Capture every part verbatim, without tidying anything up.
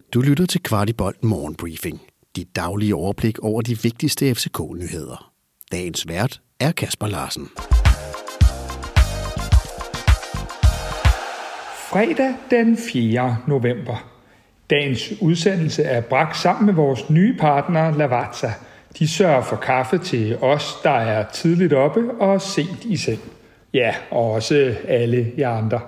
Du lytter til Kvartibolt Morgenbriefing. Dit daglige overblik over de vigtigste F C K-nyheder. Dagens vært er Kasper Larsen. Fredag den fjerde november. Dagens udsendelse er bragt sammen med vores nye partner Lavazza. De sørger for kaffe til os, der er tidligt oppe og sent i seng. Ja, og også alle jer andre.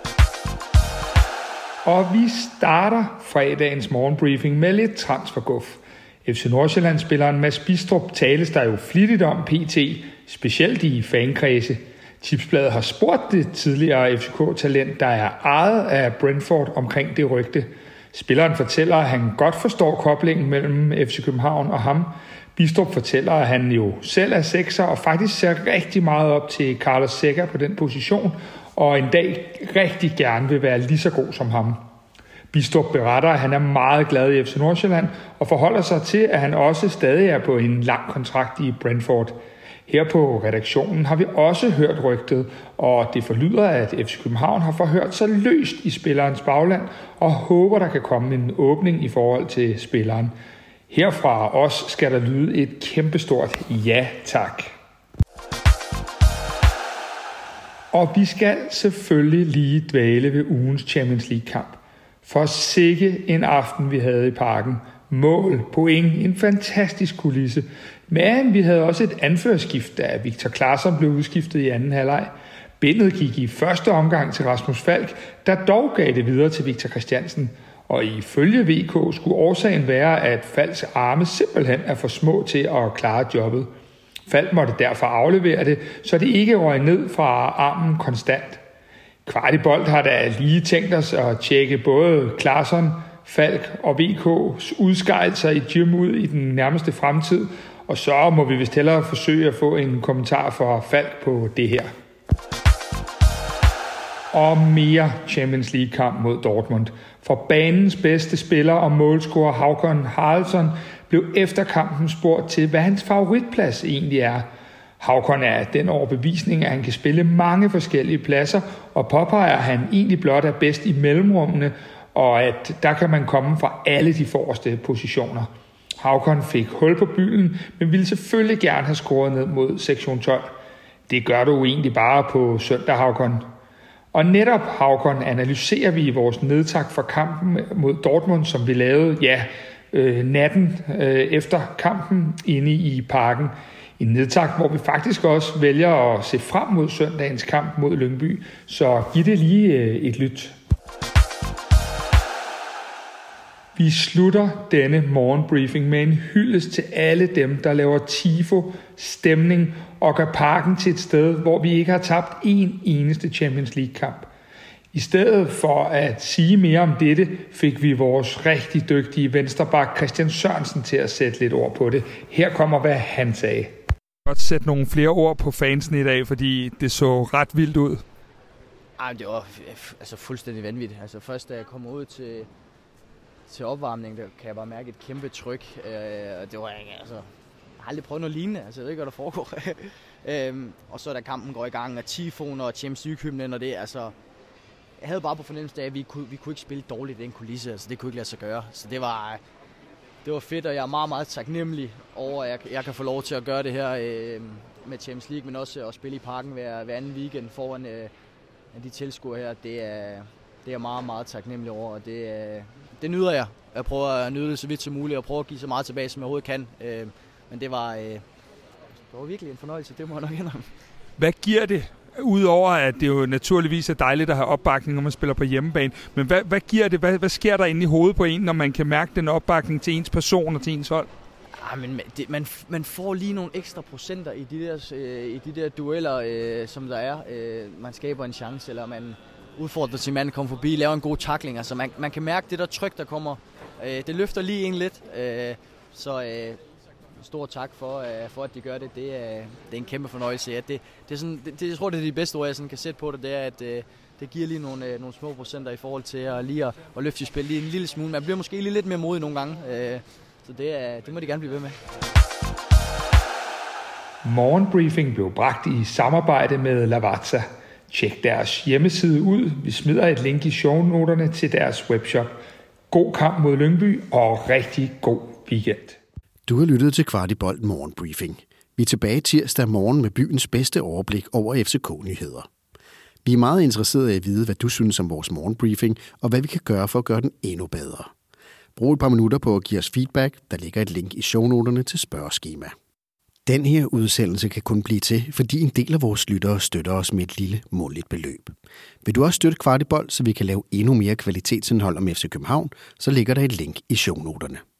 Og vi starter fredagens morgenbriefing med lidt transferguf. F C Nordsjælland-spilleren Mads Bistrup tales der jo flittigt om pt, specielt i fankredse. Tipsbladet har spurgt det tidligere F C K-talent, der er ejet af Brentford omkring det rygte. Spilleren fortæller, at han godt forstår koblingen mellem F C København og ham. Bistrup fortæller, at han jo selv er sekser og faktisk ser rigtig meget op til Carlos Seca på den position, og en dag rigtig gerne vil være lige så god som ham. Bistrup beretter, at han er meget glad i F C Nordsjælland og forholder sig til, at han også stadig er på en lang kontrakt i Brentford. Her på redaktionen har vi også hørt rygtet, og det forlyder, at F C København har forhørt sig løst i spillerens bagland og håber, der kan komme en åbning i forhold til spilleren. Herfra os skal der lyde et kæmpestort ja tak. Og vi skal selvfølgelig lige dvæle ved ugens Champions League-kamp. For sikke en aften vi havde i Parken. Mål, point, en fantastisk kulisse. Men vi havde også et anførerskift, da Victor Claesson blev udskiftet i anden halvleg. Bindet gik i første omgang til Rasmus Falk, der dog gav det videre til Victor Christiansen. Og ifølge V K skulle årsagen være, at Falks arme simpelthen er for små til at klare jobbet. Falk måtte derfor aflevere det, så det ikke røg ned fra armen konstant. Kvartibolt har da lige tænkt os at tjekke både Claesson, Falk og V K's udskejelser i gym ud i den nærmeste fremtid, og så må vi vist hellere forsøge at få en kommentar fra Falk på det her. Og mere Champions League-kamp mod Dortmund. For banens bedste spiller og målscorer Håkon Haraldsson blev efter kampen spurgt til, hvad hans favoritplads egentlig er. Håkon er den overbevisning, at han kan spille mange forskellige pladser, og påpeger, at han egentlig blot er bedst i mellemrummene, og at der kan man komme fra alle de forreste positioner. Håkon fik hul på bylden, men ville selvfølgelig gerne have scoret ned mod sektion tolv. Det gør du egentlig bare på søndag, Håkon. Og netop Håkon analyserer vi i vores nedtak for kampen mod Dortmund, som vi lavede ja, øh, natten øh, efter kampen inde i Parken. En nedtak, hvor vi faktisk også vælger at se frem mod søndagens kamp mod Lyngby. Så giv det lige øh, et lyt. Vi slutter denne morgenbriefing med en hyldest til alle dem, der laver tifo, stemning og gør Parken til et sted, hvor vi ikke har tabt en eneste Champions League-kamp. I stedet for at sige mere om dette, fik vi vores rigtig dygtige venstreback Christian Sørensen til at sætte lidt ord på det. Her kommer, hvad han sagde. Godt sætte nogle flere ord på fansen i dag, fordi det så ret vildt ud. Ej, det var altså fuldstændig vanvittigt. Altså først da jeg kom ud til til opvarmning, der kan jeg bare mærke et kæmpe tryk. Øh, det var altså, jeg har aldrig prøvet noget lignende, altså jeg ved ikke, hvad der foregår. øhm, og så da kampen går i gang, og tifoner og Champions League-hymnen og det, altså, jeg havde bare på fornemmelse af, at vi kunne, vi kunne ikke spille dårligt i den kulisse, altså det kunne ikke lade sig gøre. Så det var, det var fedt, og jeg er meget, meget taknemmelig over, at jeg, jeg kan få lov til at gøre det her øh, med Champions League, men også at spille i Parken hver, hver anden weekend foran øh, de tilskuere her. Det er, det er jeg meget, meget taknemmelig over, og det er Det nyder jeg. Jeg prøver at nyde det så vidt som muligt, og prøver at give så meget tilbage, som jeg overhovedet kan. Øh, men det var, øh, det var virkelig en fornøjelse, det må jeg nok indrømme. Hvad giver det, udover at det jo naturligvis er dejligt at have opbakning, når man spiller på hjemmebane, men hvad, hvad giver det, hvad, hvad sker der inde i hovedet på en, når man kan mærke den opbakning til ens person og til ens hold? Ja, men det, man, man får lige nogle ekstra procenter i de der, øh, i de der dueller, øh, som der er. Øh, man skaber en chance, eller man udfordrer til manden, kommer forbi, laver en god tackling. Altså man, man kan mærke det der tryk, der kommer. Øh, det løfter lige en lidt. Øh, så øh, stor tak for, øh, for, at de gør det. Det er, det er en kæmpe fornøjelse. Ja, det, det er sådan, det, det, jeg tror, det er de bedste ord, jeg sådan kan sætte på det. Det er, at øh, det giver lige nogle, øh, nogle små procenter i forhold til at, lige at, at løfte spil lige en lille smule. Man bliver måske lige lidt mere modig nogle gange. Øh, så det, er, det må de gerne blive ved med. Morgenbriefing blev bragt i samarbejde med Lavazza. Tjek deres hjemmeside ud. Vi smider et link i shownoterne til deres webshop. God kamp mod Lyngby og rigtig god weekend. Du har lyttet til Kvartibolt Morgenbriefing. Vi er tilbage tirsdag morgen med byens bedste overblik over F C K-nyheder. Vi er meget interesserede i at vide, hvad du synes om vores morgenbriefing, og hvad vi kan gøre for at gøre den endnu bedre. Brug et par minutter på at give os feedback. Der ligger et link i shownoterne til spørgeskema. Den her udsendelse kan kun blive til, fordi en del af vores lyttere støtter os med et lille månedligt beløb. Vil du også støtte Kvartibolt, så vi kan lave endnu mere kvalitetsindhold om F C København, så ligger der et link i shownoterne.